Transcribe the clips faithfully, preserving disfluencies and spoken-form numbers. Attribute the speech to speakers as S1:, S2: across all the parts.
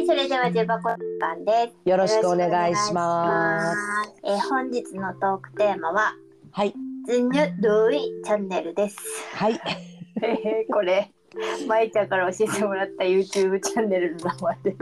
S1: それでは重箱時間です。
S2: よろしくお願いします。
S1: えー、本日のトークテーマは、
S2: はい。
S1: ズニュドゥイチャンネルです。
S2: はい。
S1: えー、これ、まいちゃんから教えてもらった YouTube チャンネルの名前です。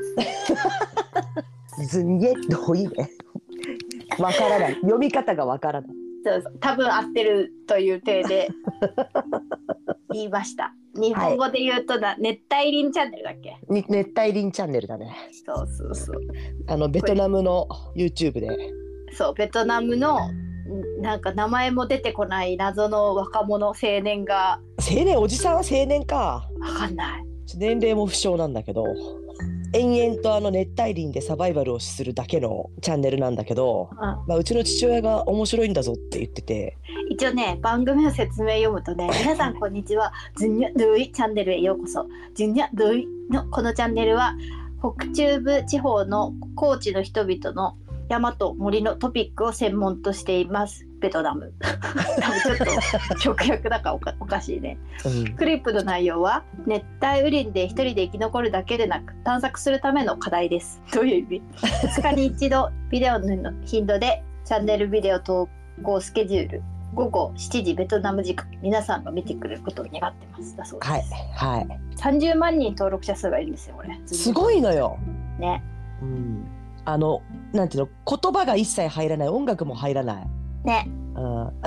S2: ズニュドゥイね。わからない。読み方がわからない。
S1: そうそう、多分合ってるという体で言いました。日本語で言うとだ、はい、熱帯林チャンネルだっけ？
S2: 熱帯林チャンネルだね。
S1: そうそうそう。
S2: あのベトナムの YouTube で。
S1: そう、ベトナムのなんか名前も出てこない謎の若者青年が。
S2: 青年、おじさんは青年か。
S1: わかんない。
S2: 年齢も不詳なんだけど。延々とあの熱帯林でサバイバルをするだけのチャンネルなんだけど、うんまあ、うちの父親が面白いんだぞって言ってて、
S1: 一応ね番組の説明読むとね皆さんこんにちはズニャドゥイチャンネルへようこそ。ズニャドゥイのこのチャンネルは北中部地方の高地の人々の山と森のトピックを専門としています。ベトナム多分ちょっと直訳だからお か, おかしいね、うん、クリップの内容は熱帯雨林で一人で生き残るだけでなく探索するための課題です。どういう意味？ふつかに一度ビデオの頻度でチャンネルビデオ投稿スケジュールごごしちじベトナム時間皆さんが見てくれることを願ってますだそうです。
S2: はいはい。
S1: さんじゅうまんにん登録者数がいるんですよこれ。
S2: すごいのよ
S1: ね。
S2: うん、あのなんていうの言葉が一切入らない音楽も入らない
S1: ね、
S2: うん、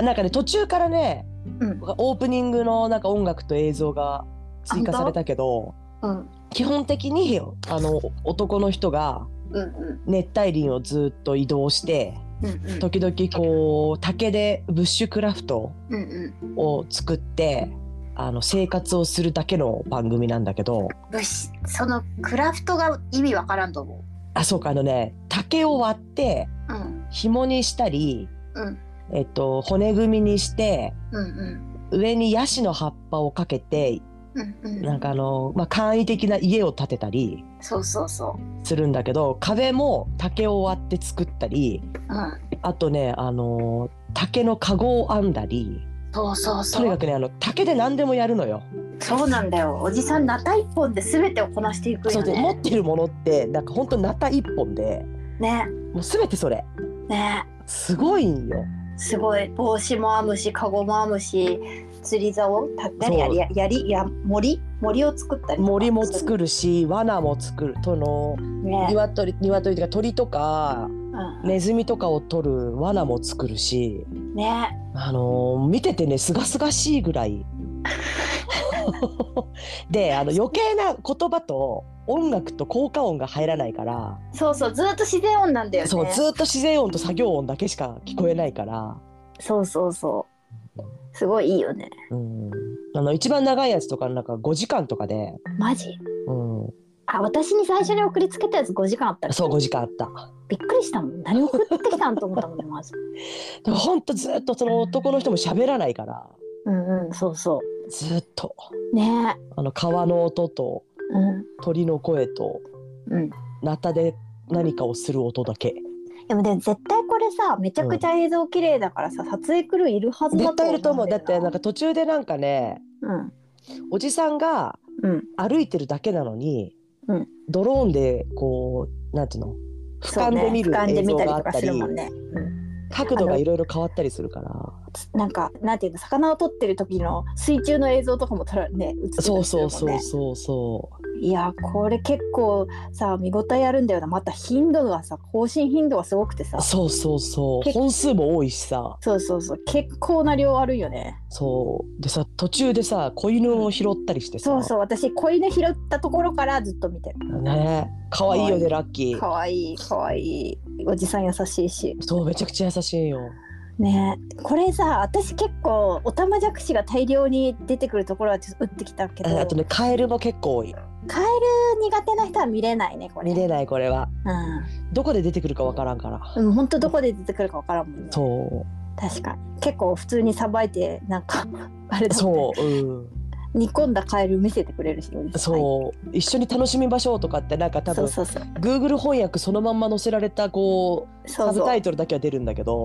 S2: なんかね途中からね、うん、オープニングのなんか音楽と映像が追加されたけど、うん、基本的にあの男の人が熱帯林をずっと移動して、うんうん、時々こう竹でブッシュクラフトを作って、うんうん、あの生活をするだけの番組なんだけど、
S1: そのクラフトが意味わからんと思う。
S2: あ、そうか、あのね竹を割って、うん、紐にしたり、うんえっと、骨組みにして、うんうん、上にヤシの葉っぱをかけて、うんうん、なんかあの、まあ、簡易的な家を建てたり
S1: そうそうそう
S2: するんだけど、壁も竹を割って作ったり、うん、あとねあの竹のカゴを編んだり、
S1: そうそうそう、
S2: とにかくねあの竹で何でもやるのよ。
S1: そうなんだよ、おじさんナタ一本で全てをこなしていくよね。
S2: そうで持ってるものってなんか本当ナタ一本で、ね、もう全てそれ、ね、すごいんよ。
S1: すごい、帽子も編むしカゴも編むし釣り竿何やりややりや森森を作ったりとか、
S2: 森も作るし罠も作るとの、ね、鶏鶏とか鳥とか、うん、ネズミとかを取る罠も作るし、ね、あのー、見ててねすがすがしいぐらいであの余計な言葉と音楽と効果音が入らないから、
S1: そうそうずっと自然音なんだよね。
S2: そうずっと自然音と作業音だけしか聞こえないから、
S1: そうそうそうすごいいいよね。
S2: うん、あの一番長いやつとかなんかごじかんとかで。
S1: マジ？
S2: うん、
S1: あ、私に最初に送りつけたやつごじかんあったっけ？
S2: そうごじかんあった。
S1: びっくりしたもん、何送ってきたんと思ったもんねまず
S2: でもほんとずっとその男の人も喋らないから、
S1: うんうん、そうそう
S2: ずっと
S1: ね、
S2: あの川の音と、うん、鳥の声と、うん、ナタで何かをする音だけ。
S1: でもね絶対これさめちゃくちゃ映像綺麗だからさ、うん、撮影クルーいるはずだと思うんだよな。
S2: 絶対いると思う。だってなんか途中でなんかね、うん、おじさんが歩いてるだけなのに、うん、ドローンでこうなんていうの俯瞰で見る映像があったり、角度がいろいろ変わったりするから、
S1: なんかなんていうの魚を撮ってる時の水中の映像とかも撮らね映ってたりするもんね。
S2: そうそうそうそうそう。
S1: いやこれ結構さ見応えあるんだよな。また頻度がさ更新頻度がすごくてさ、
S2: そうそうそう本数も多いしさ、
S1: そうそうそう結構な量あるよね。
S2: そうでさ途中でさ子犬を拾ったりしてさ、
S1: そうそう私子犬拾ったところからずっと見てる
S2: ね。かわいいよねラッキー。
S1: かわいいかわいいおじさん優しいし。
S2: そうめちゃくちゃ優しいよ
S1: ね。これさ私結構オタマジャクシが大量に出てくるところはちょっと打ってきたけど、
S2: あとねカエルも結構多い。
S1: カエル苦手な人は見れないねこれ。
S2: 見れないこれは、うん、どこで出てくるかわからんから。
S1: うん本当どこで出てくるかわからんもんね。
S2: そう
S1: 確かに結構普通にさばいてなんかあれだ
S2: もんね。そう、うん、
S1: 煮込んだカエル見せてくれるし、
S2: そう一緒に楽しみましょうとかってなんか多分
S1: そうそうそう
S2: Google 翻訳そのまんま載せられたこうサブタイトルだけは出るんだけど、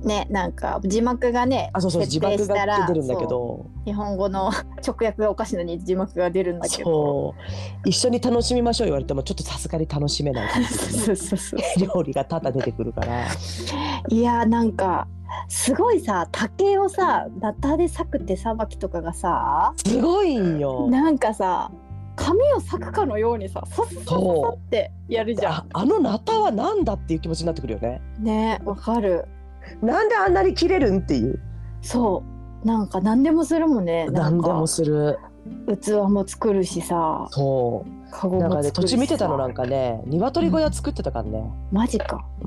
S1: ね、なんか字幕がね、
S2: あ、そうそう、字幕が出るんだけど、
S1: 日本語の直訳がおかしいのに字幕が出るんだけど、
S2: そう一緒に楽しみましょう言われてもちょっとさすがに楽しめない感じで、ね、
S1: そうそうそう
S2: 料理がただ出てくるから。
S1: いやなんかすごいさ、竹をさナタで裂く手さばきとかがさ
S2: すごいんよ。
S1: なんかさ紙を裂くかのようにさ、さっさっさってやるじゃん。
S2: あ, あのナタはなんだっていう気持ちになってくるよね。
S1: ね、わかる。
S2: なんであんなに切れるんっていう。
S1: そうなんか何でもするもんね。
S2: 何でもする。
S1: 器も作るしさ。
S2: そう
S1: カゴも作るしさ。
S2: なんかね、途中見てたのなんかね、鶏小屋作ってたからね、
S1: うん、マジか。うん。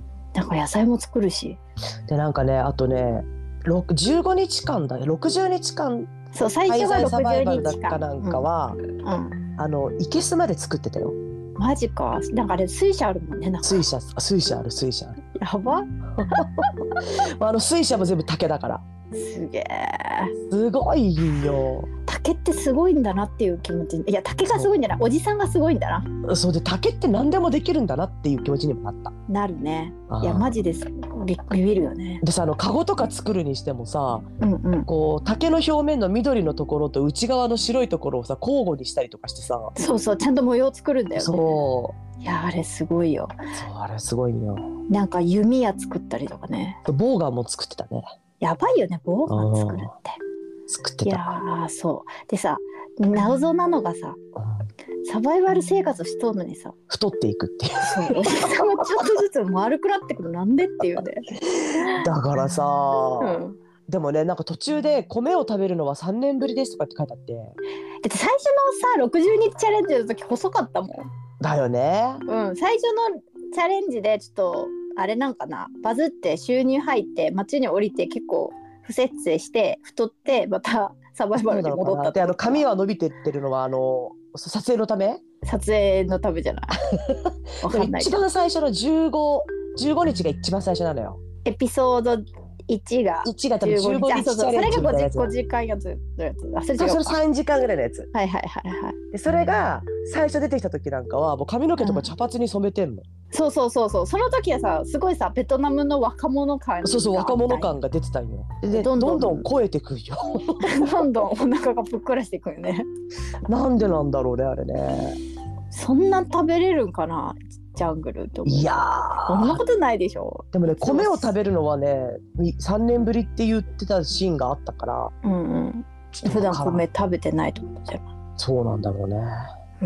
S1: なんか野菜も作るし。
S2: でなんかね、あとねじゅうごにちかんだよ、ろくじゅうにちかん。
S1: そう、最初はろくじゅうにちかん
S2: サバイバルだったかなんかは、うんうん、あのいけすまで作ってたよ。
S1: マジか。なんかあれ水車あるもんね。なんか
S2: 水車水車ある水車ある。
S1: やば
S2: あの水車も全部竹だから。
S1: すげえ。
S2: すごいよ。
S1: 竹ってすごいんだなっていう気持ち。いや竹がすごいんじゃない、おじさんがすごいんだな。
S2: そうで、竹って何でもできるんだなっていう気持ちにもなった。
S1: なるね。いやマジです。ビビるよね。
S2: でさ、あのカゴとか作るにしてもさ、
S1: うんうん、こ
S2: う竹の表面の緑のところと内側の白いところをさ交互にしたりとかしてさ。
S1: そうそう、ちゃんと模様作るんだよね。
S2: そう。
S1: いやあれすごいよ。
S2: そう、あれすごいよ。
S1: なんか弓矢作ったりとかね。
S2: ボウガンも作ってたね。
S1: やばいよね、ボウガン作るって。
S2: 作ってた。
S1: いやそうでさ、謎なのがさ、うん、サバイバル生活しとるのにさ
S2: 太っていくっていう。
S1: そう、おじさんがちょっとずつ丸くなってくる、なんでっていうね。
S2: だからさ、うん、でもね、なんか途中で米を食べるのはさんねんぶりですとかって書いてあって。だ
S1: って最初のさろくじゅうにちチャレンジの時細かったもん。
S2: だよね。
S1: うん、最初のチャレンジでちょっとあれなんかな、バズって収入入って街に降りて結構不節制して太ってまたサバイバルに戻ったって。
S2: で、あの髪は伸びてってるのはあの撮影のため？
S1: 撮影のためじゃない。わかんない。一
S2: 番最初のじゅうご、じゅうごにちが一番最初なのよ。
S1: エピソードいちが
S2: いちが多分じゅうごにちチャレンジみたいなやつ。
S1: それがごじかんやつのやつ。あ、それ違うか。
S2: それさんじかんぐらいのやつ。
S1: はいはいはいはい。
S2: でそれが最初出てきた時なんかはもう髪の毛とか茶髪に染めてんの。うん、
S1: そうそうそうそう。その時はさ、すごいさベトナムの若者感。
S2: そうそう、若者感が出てたんよ。でどんどんどん超えてくるよ。
S1: どんどんお腹がぷっくらしていくよね。
S2: なんでなんだろうね、あれね。
S1: そんな食べれるんかな、ジャングルと。
S2: いや
S1: ー、そんなことないでしょ。
S2: でもね、米を食べるのはねさんねんぶりって言ってたシーンがあったから、
S1: うんうん、普段米食べてないってことじゃない。
S2: そうなんだろうね。
S1: うん、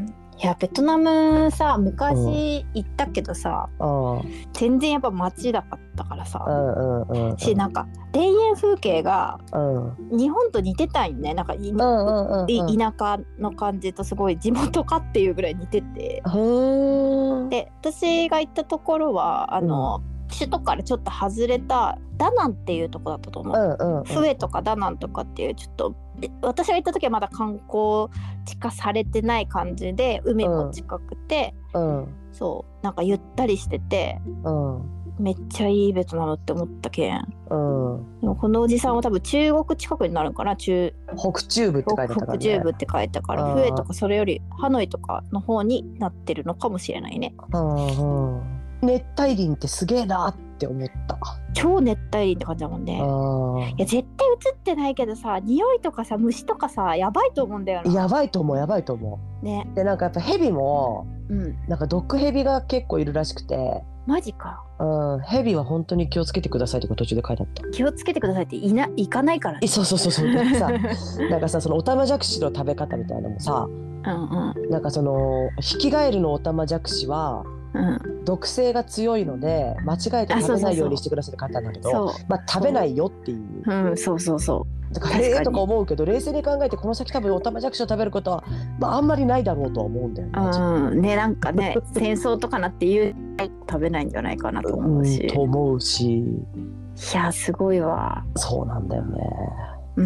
S1: いやベトナムさ昔行ったけどさ、うん、全然やっぱ街だったからさ、うんうんうんうん、しなんか田園風景が日本と似てたんよね。なんか、うんうんうんうん、田舎の感じとすごい地元かっていうぐらい似てて、で私が行ったところはあの、うん首都からちょっと外れたダナンっていうとこだったと思う。うんうんうん、フエとかダナンとかっていうちょっと私が行った時はまだ観光地化されてない感じで海も近くて、うんうん、そうなんかゆったりしてて、うん、めっちゃいいベトナムって思ったけん、うん、でもこのおじさんは多分中国近くになるのかな。中
S2: 北中部って書いてあったからね。
S1: 北中部って書いたからフエとかそれよりハノイとかの方になってるのかもしれないね。
S2: うんうん、熱帯林ってすげえなって思った。
S1: 超熱帯林って感じだもんね。いや絶対映ってないけどさ、匂いとかさ虫とかさやばいと思うんだよな。
S2: やばいと思うやばいと思うね。でなんかやっぱヘビも、うん、なんか毒ヘビが結構いるらしくて。
S1: マジか。
S2: うん、ヘビは本当に気をつけてくださいって途中で書いてあった。
S1: 気をつけてくださいっていな行かないからね。
S2: そうそうそうそう。さなんかさ、そのオタマジャクシの食べ方みたいなのもさ、うんうん、なんかそのヒキガエルのオタマジャクシはうん、毒性が強いので間違えて食べないようにしてくださいって書いてあるんだけど、まあ食べないよっていう。
S1: うん、そうそうそう。
S2: だからへえとか思うけど冷静に考えてこの先多分オタマジャクシを食べることは、まあ、あんまりないだろうとは思うんだよね。
S1: うんね、なんかね戦争とかなっていう食べないんじゃないかなと思うし。
S2: うん、と思うし。い
S1: やすごいわ。
S2: そうなんだよね。
S1: うん。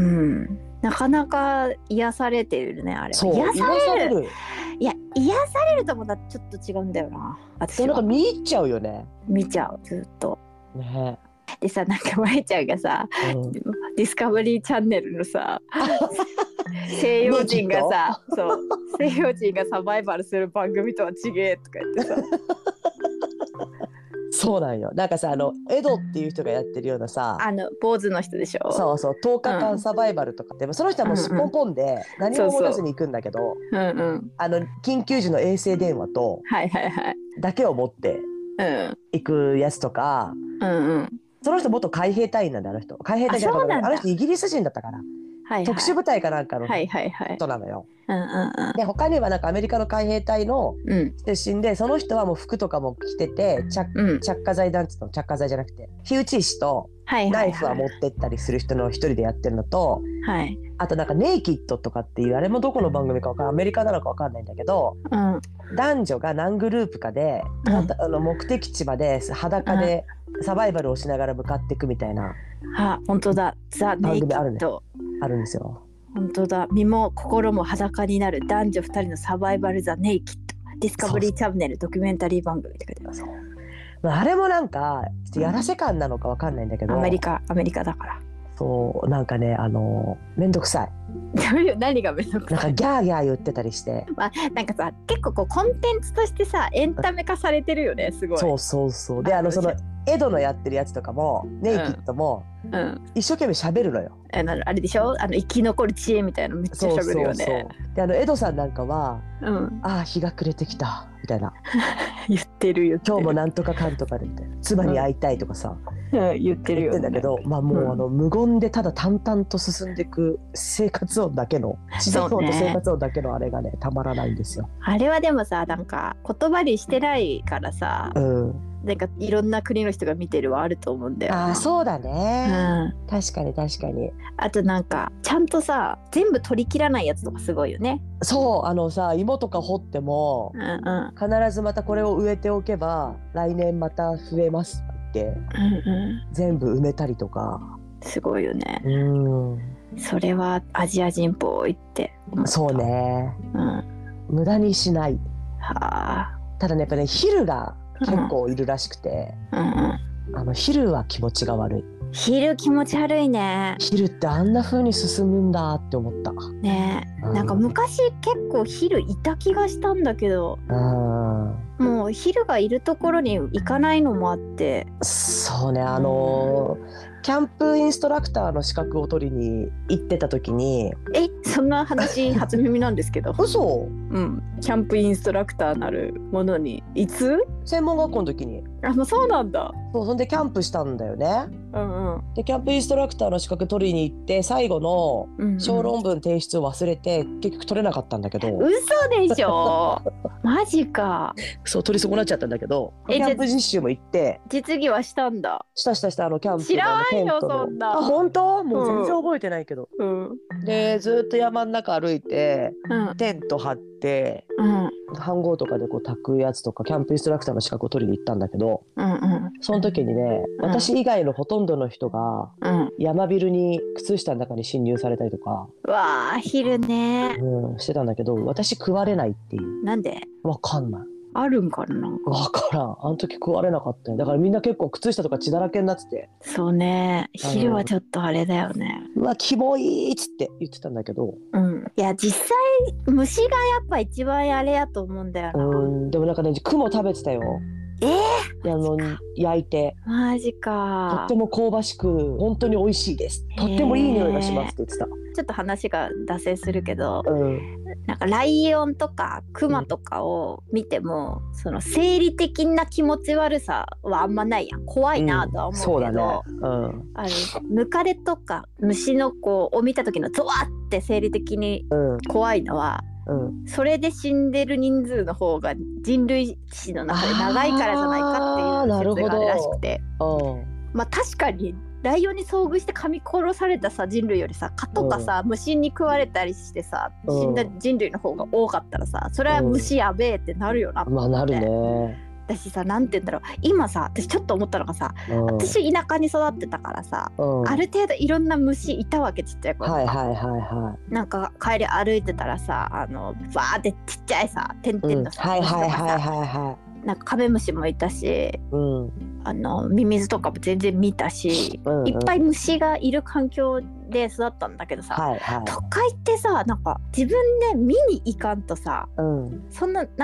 S1: なかなか癒されてるねあれは。
S2: そう癒される。
S1: いや癒されるともだちょっと違うんだよな。
S2: 私はなんか見入っちゃうよね。
S1: 見ちゃうずっと。
S2: ね。
S1: でさなんかまえちゃんがさ、うん、ディスカバリーチャンネルのさ西洋人がさそう西洋人がサバイバルする番組とは違えとか言ってさ
S2: そうなんよ。なんかさあのエドっていう人がやってるようなさ
S1: あの坊主の人でしょ。
S2: そうそうとおかかんサバイバルとかでも、うん、その人はもうすっぽんぽんで何も持たずに行くんだけど、
S1: うんうん、
S2: あの緊急時の衛星電話とだけを持って行くやつとか、
S1: うんうん、
S2: その人元海兵隊員なんだ。あの人海兵隊員なんだ。あの人イギリス人だったから、はいはい、特殊部隊かなんかの人なのよ。で他にはなんかアメリカの海兵隊の出身で、うん、その人はもう服とかも着てて着、うん、着火剤なんつうの着火剤じゃなくて火打ち石とナイフは持ってったりする人の一人でやってるのと、はい、あとなんかネイキッドとかっていうあれもどこの番組かわかんないアメリカなのかわかんないんだけど、うん、男女が何グループかで、うん、あの目的地まで裸でサバイバルをしながら向かっていくみたいな、
S1: うん、あ本当だザ・ネイキッド
S2: あるんですよ。
S1: 本当だ身も心も裸になる男女ふたりのサバイバル・ザ・ネイキッドディスカバリーチャンネルドキュメンタリー番組って書いてます。
S2: あれもなんかちょっとやらせ感なのかわかんないんだけど、
S1: うん、アメリカアメリカだから
S2: そうなんかねあのめんどくさい
S1: 何がめんどくさい
S2: なんかギャーギャー言ってたりして、
S1: まあ、なんかさ結構こうコンテンツとしてさエンタメ化されてるよねすごい。
S2: そうそうそうであのそのエドのやってるやつとかもネイキッドも、うんうん、一生懸命喋るのよ。
S1: あのあれでしょあの生き残る知恵みたいなのめっちゃ喋るよね。そうそうそう
S2: であのエドさんなんかは、うん、ああ日が暮れてきたみたいな
S1: 言ってる言ってる
S2: 今日もなんとかかんとかでみたいな妻に会いたいとかさ、
S1: うん、言ってるよ、ね、
S2: 言ってんだけど、まあもう、うん、あの無言でただ淡々と進んでいく生活音だけの自然音と生活音だけのあれがねたまらないんですよ。
S1: あれはでもさなんか言葉にしてないからさ、うんなんかいろんな国の人が見てるはあると思うんだよ。
S2: ああそうだね、うん、確かに確かに。
S1: あとなんかちゃんとさ全部取り切らないやつとかすごいよね。
S2: そうあのさ芋とか掘っても、うんうん、必ずまたこれを植えておけば来年また増えますって、うんうん、全部埋めたりとか
S1: すごいよね。うんそれはアジア人っぽいって思った。
S2: そうね、うん、無駄にしない。はあ、ただねやっぱねヒルが結構いるらしくて、うんうん、あのヒルは気持ちが悪い。
S1: ヒル気持ち悪いね。
S2: ヒルってあんな風に進むんだって思った
S1: ね、うん、なんか昔結構ヒルいた気がしたんだけど、うん、もうヒルがいるところに行かないのもあって。
S2: そうねあのーうんキャンプインストラクターの資格を取りに行ってた時に
S1: えそんな話初耳なんですけど
S2: 嘘
S1: うんキャンプインストラクターなるものにいつ
S2: 専門学校の時に
S1: あもうそうなんだ。
S2: そうそんでキャンプしたんだよね、うんうん、でキャンプインストラクターの資格取りに行って最後の小論文提出を忘れて、うんうん、結局取れなかったんだけど。
S1: 嘘でしょマジか。
S2: そう取り損なっちゃったんだけどキャンプ実習も行って
S1: 実技はしたんだ。
S2: したしたしたあのキャンプの
S1: 知らないよそんな。
S2: あ本当もう全然覚えてないけど、うん、でずっと山の中歩いて、うん、テント張って、うん、飯盒とかでこう炊くやつとかキャンプインストラクターの資格を取りに行ったんだけど、うんうん、その時にね、うん、私以外のほとんどの人が、うん、山ビルに靴下の中に侵入されたりとか、
S1: うわー昼ね、
S2: うん、してたんだけど私食われないっていう。
S1: なんで？
S2: わかんない。
S1: あるんかな。
S2: わからん。あの時食われなかったよ。だからみんな結構靴下とか血だらけになってて。
S1: そうね。昼はちょっとあれだよね。
S2: うわキモいっつって言ってたんだけど。
S1: うん。いや実際虫がやっぱ一番あれやと思うんだよな。
S2: うんでもなんかね雲食べてたよ。
S1: え
S2: ー、あの焼いて
S1: マジか。
S2: とっても香ばしく本当に美味しいです。とってもいい匂いがしますって言ってた。
S1: ちょっと話が脱線するけど、うん、なんかライオンとかクマとかを見ても、うん、その生理的な気持ち悪さはあんまないやん。怖いなとは思うけど、うん、そうだね、うん、あれムカデとか虫の子を見た時のゾワって生理的に怖いのは、うん、それで死んでる人数の方が人類史の中で長いからじゃないかっていう説があるらしくて、まあ確かにライオンに遭遇して噛み殺されたさ人類よりさ蚊とかさ、うん、虫に食われたりしてさ死んだ人類の方が多かったらさそれは虫やべえってなるよなって、うん、まあなるね。私さなんて言うんだろう今さ私ちょっと思ったのがさ、うん、私田舎に育ってたからさ、うん、ある程度いろんな虫いたわけちっちゃい頃とか、はいはいはいはい、なんか帰り歩いてたらさあのバーってちっちゃいさ点々のさ、うん、はいはいはいはいはいなんかカメムシもいたし、うん、あのミミズとかも全然見たし、うんうん、いっぱい虫がいる環境で育ったんだけどさ、はいはい、都会ってさなんか自分で見に行かんとさ、うん、そんななんか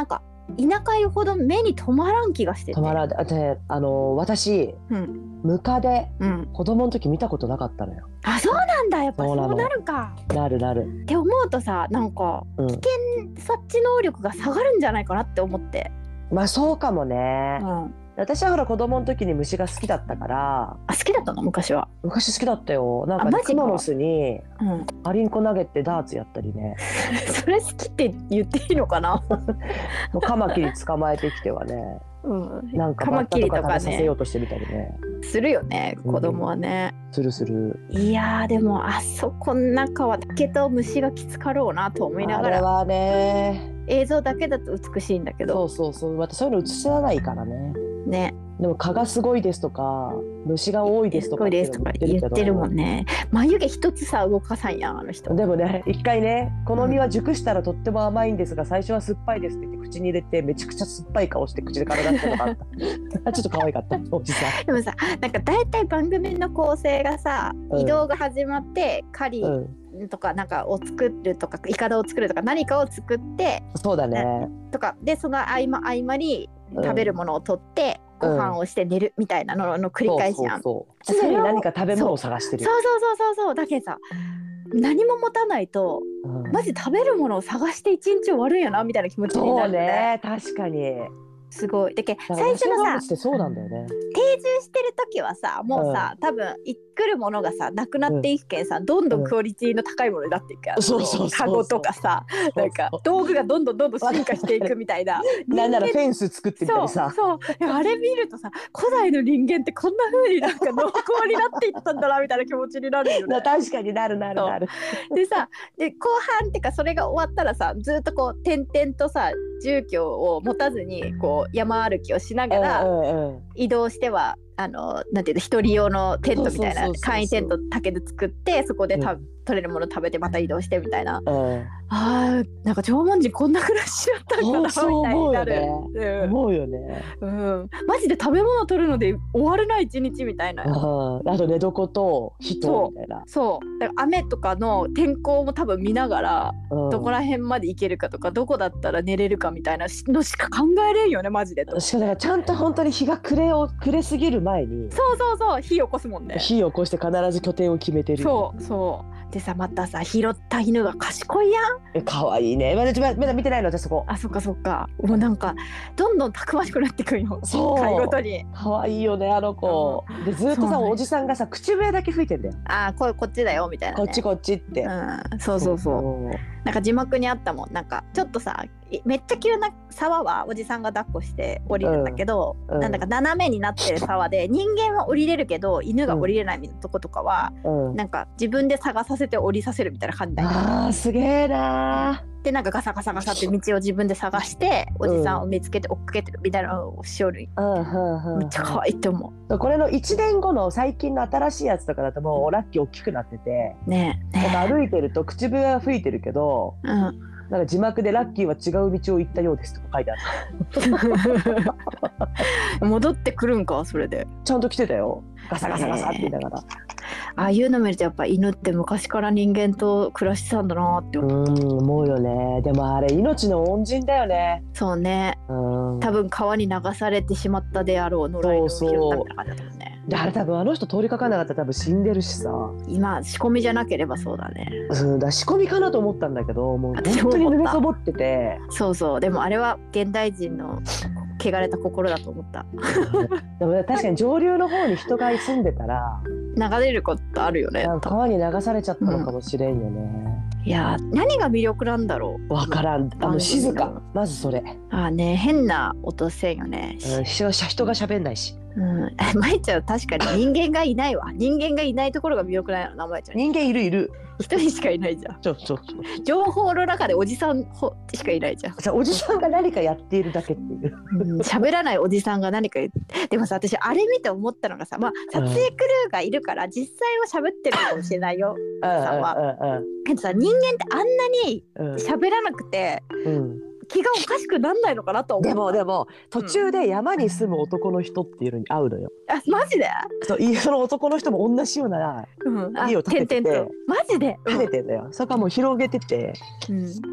S1: 田舎よほど目に留まらん気がしてて。
S2: 止まらん。あであの私、うん、ムカデ、うん、子供の時見たことなかったのよ。
S1: あ、そうなんだ。やっぱそうなるか。
S2: なるなる
S1: って思うとさ、なんか危険察知能力が下がるんじゃないかなって思って、
S2: うん、まあそうかもね、うん、私はほら子供の時に虫が好きだったから。
S1: あ、好きだったの？昔は。
S2: 昔好きだったよ。なんか、ね、クモの巣にアリンコ投げてダーツやったりね
S1: それ好きって言っていいのかな
S2: もうカマキリ捕まえてきてはね、うん、なんかバッタとか食べさせようとしてみたりね、
S1: するよね、子供はね、
S2: うん、するする。
S1: いやーでもあそこの中は竹と虫がきつかろうなと思いながら。
S2: あれはね、
S1: 映像だけだと美しいんだけど。
S2: そうそうそう、またそういうの映さないからね。
S1: ね。
S2: でも蚊がすごいですとか虫が多いですとか
S1: 言ってるもんね。眉毛一つさ動かさんやんあの人。
S2: でもね、一回ね、この実は熟したらとっても甘いんですが、うん、最初は酸っぱいですって言って口に入れてめちゃくちゃ酸っぱい顔して口で体出してのがあったちょっと可愛かったおじさん。
S1: でもさ、なんか大体番組の構成がさ、うん、移動が始まって狩り、うん、とかなんかを作るとかイカダを作るとか何かを作って、
S2: そうだね、
S1: とかでその合間合間に食べるものを取って、うん、ご飯をして寝るみたいなのの繰り返しやん。
S2: そうそうそう、常に何か食べ物を探してる。
S1: そうそうそうそうそう。だけどさ、何も持たないと、うん、マジ食べるものを探して一日終わるんやなみたいな気持ちになるね。
S2: そうね、確かに。
S1: すごい。だけ最初のさ、
S2: そうなんだよね、
S1: 定住してる時はさ、もうさ、うん、多分来るものがさなくなっていくけんさ、うん、どんどんクオリティの高いものになっていくやん、うん、カゴとかさ、なんか道具がどんどんどんどん進化していくみたいな
S2: なんならフェンス作ってみたりさ、
S1: そうそう、あれ見るとさ、古代の人間ってこんな風になんか濃厚になっていったんだなみたいな気持ちになるよね
S2: 確かになるなるなる
S1: でさ、で後半ってかそれが終わったらさ、ずっとこう点々とさ住居を持たずにこう山歩きをしながら移動しては、あのなんていうの、一人用のテントみたいな簡易テント竹で作って、そこでた、うん、取れるもの食べてまた移動してみたいな、うん、あー、なんか縄文人こんな暮らしだったんかなみたいになる。
S2: 思うよね、
S1: うん、マジで食べ物取るので終わるな一日みたいな。あ
S2: と寝床と人みたいな。
S1: そう、だから雨とかの天候も多分見ながら、うん、どこら辺まで行けるかとかどこだったら寝れるかみたいなのしか考えれんよねマジでと。
S2: しかもだからちゃんと本当に日が暮れを暮れすぎる前に、
S1: そうそうそう、火起こすもんね。
S2: 火起こして必ず拠点を決めてる。
S1: そうそうでさ、またさ、拾った犬が賢いやん。
S2: え、可愛いね。まだまだ見てないの私そこ。
S1: あ、そっかそっか。もうなんかどんどんたくましくなってくるよ。
S2: そう。
S1: 回ごとに。
S2: 可愛いよねあの子。でずっとさ、おじさんがさ口笛だけ吹いてんだよ。
S1: あ、ここっちだよみたいな、ね。
S2: こっちこっちって。
S1: うん、そうそうそう。そうなんか字幕にあったもん。なんかちょっとさ、めっちゃ急な沢はおじさんが抱っこして降りるんだけど、うん、なんだか斜めになってる沢で人間は降りれるけど犬が降りれないみたいなとことかは、うん、なんか自分で探させて降りさせるみたいな感じだよ。
S2: あー、すげえなー。
S1: でなんかガサガサガサって道を自分で探しておじさんを見つけて追っかけてるみたいなのをしおる、うん、めっちゃ可愛いって思
S2: う。これのいちねんごの最近の新しいやつとかだともうラッキー大きくなってて、
S1: ねえ、ねえ、
S2: なんか歩いてると口笛は吹いてるけど、うん、なんか字幕でラッキーは違う道を行ったようですとか書いてあ
S1: る戻ってくるんか、それで
S2: ちゃんと来てたよ、ガサガサガサって言いながら、
S1: ああいうの見るとやっぱ犬って昔から人間と暮らしてたんだなって思
S2: う。うん、思うよね。でもあれ命の恩人だよね。
S1: そうね、うん、多分川に流されてしまったであろう野良犬を拾ったみたいな感じだったもんね。
S2: であれ多分あの人通りかかんなかったら多分死んでるしさ。
S1: 今仕込みじゃなければそうだね。
S2: うん、だ仕込みかなと思ったんだけど、もう本当に濡れそぼってて。
S1: そうそう、でもあれは現代人の汚れた心だと思った
S2: でも確かに上流の方に人が住んでたら
S1: 流れることあるよね。
S2: 川に流されちゃったのかもしれんよね、
S1: うん、いや何が魅力なんだろう。
S2: わからん。あの静か、まずそれ。
S1: あね、変な音せんよね、
S2: うん、人が喋んないし。
S1: うん、まいちゃん確かに人間がいないわ人間がいないところが魅力ないのな、まいちゃん。
S2: 人間いるいる、
S1: 一人しかいないじゃん。
S2: そうそうそう、
S1: 情報の中でおじさんしかいないじゃん。
S2: じゃおじさんが何かやっているだけっていう
S1: 喋、うん、らないおじさんが何か言って。でもさ、私あれ見て思ったのがさ、まあ撮影クルーがいるから実際は喋ってるかもしれないよ、さんは。けどさ、人間ってあんなに喋らなくて、うん、 気がおかしくなんないのかなと思う。
S2: でもでも途中で山に住む男の人っていうのに会うのよ。
S1: あ、マジで？
S2: そう、その男の人も同じような家を建ててて、
S1: マジで
S2: 建ててんだよ。そこはもう広げてて、うん、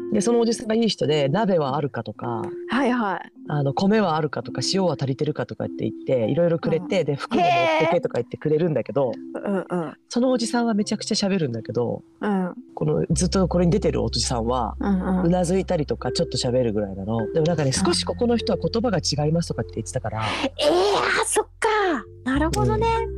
S2: でそのおじさんがいい人で、鍋はあるかとか、
S1: はいはい、
S2: あの米はあるかとか塩は足りてるかとかって言っていろいろくれて、うん、で服も持ってけとか言ってくれるんだけど、うんうん、そのおじさんはめちゃくちゃ喋るんだけど、うん、このずっとこれに出てるおじさんは、うんうん、うなずいたりとかちょっと喋るぐらいなの。でもなんかね、少しここの人は言葉が違いますとかって言ってたから、
S1: えー、あ、そっか、なるほどね、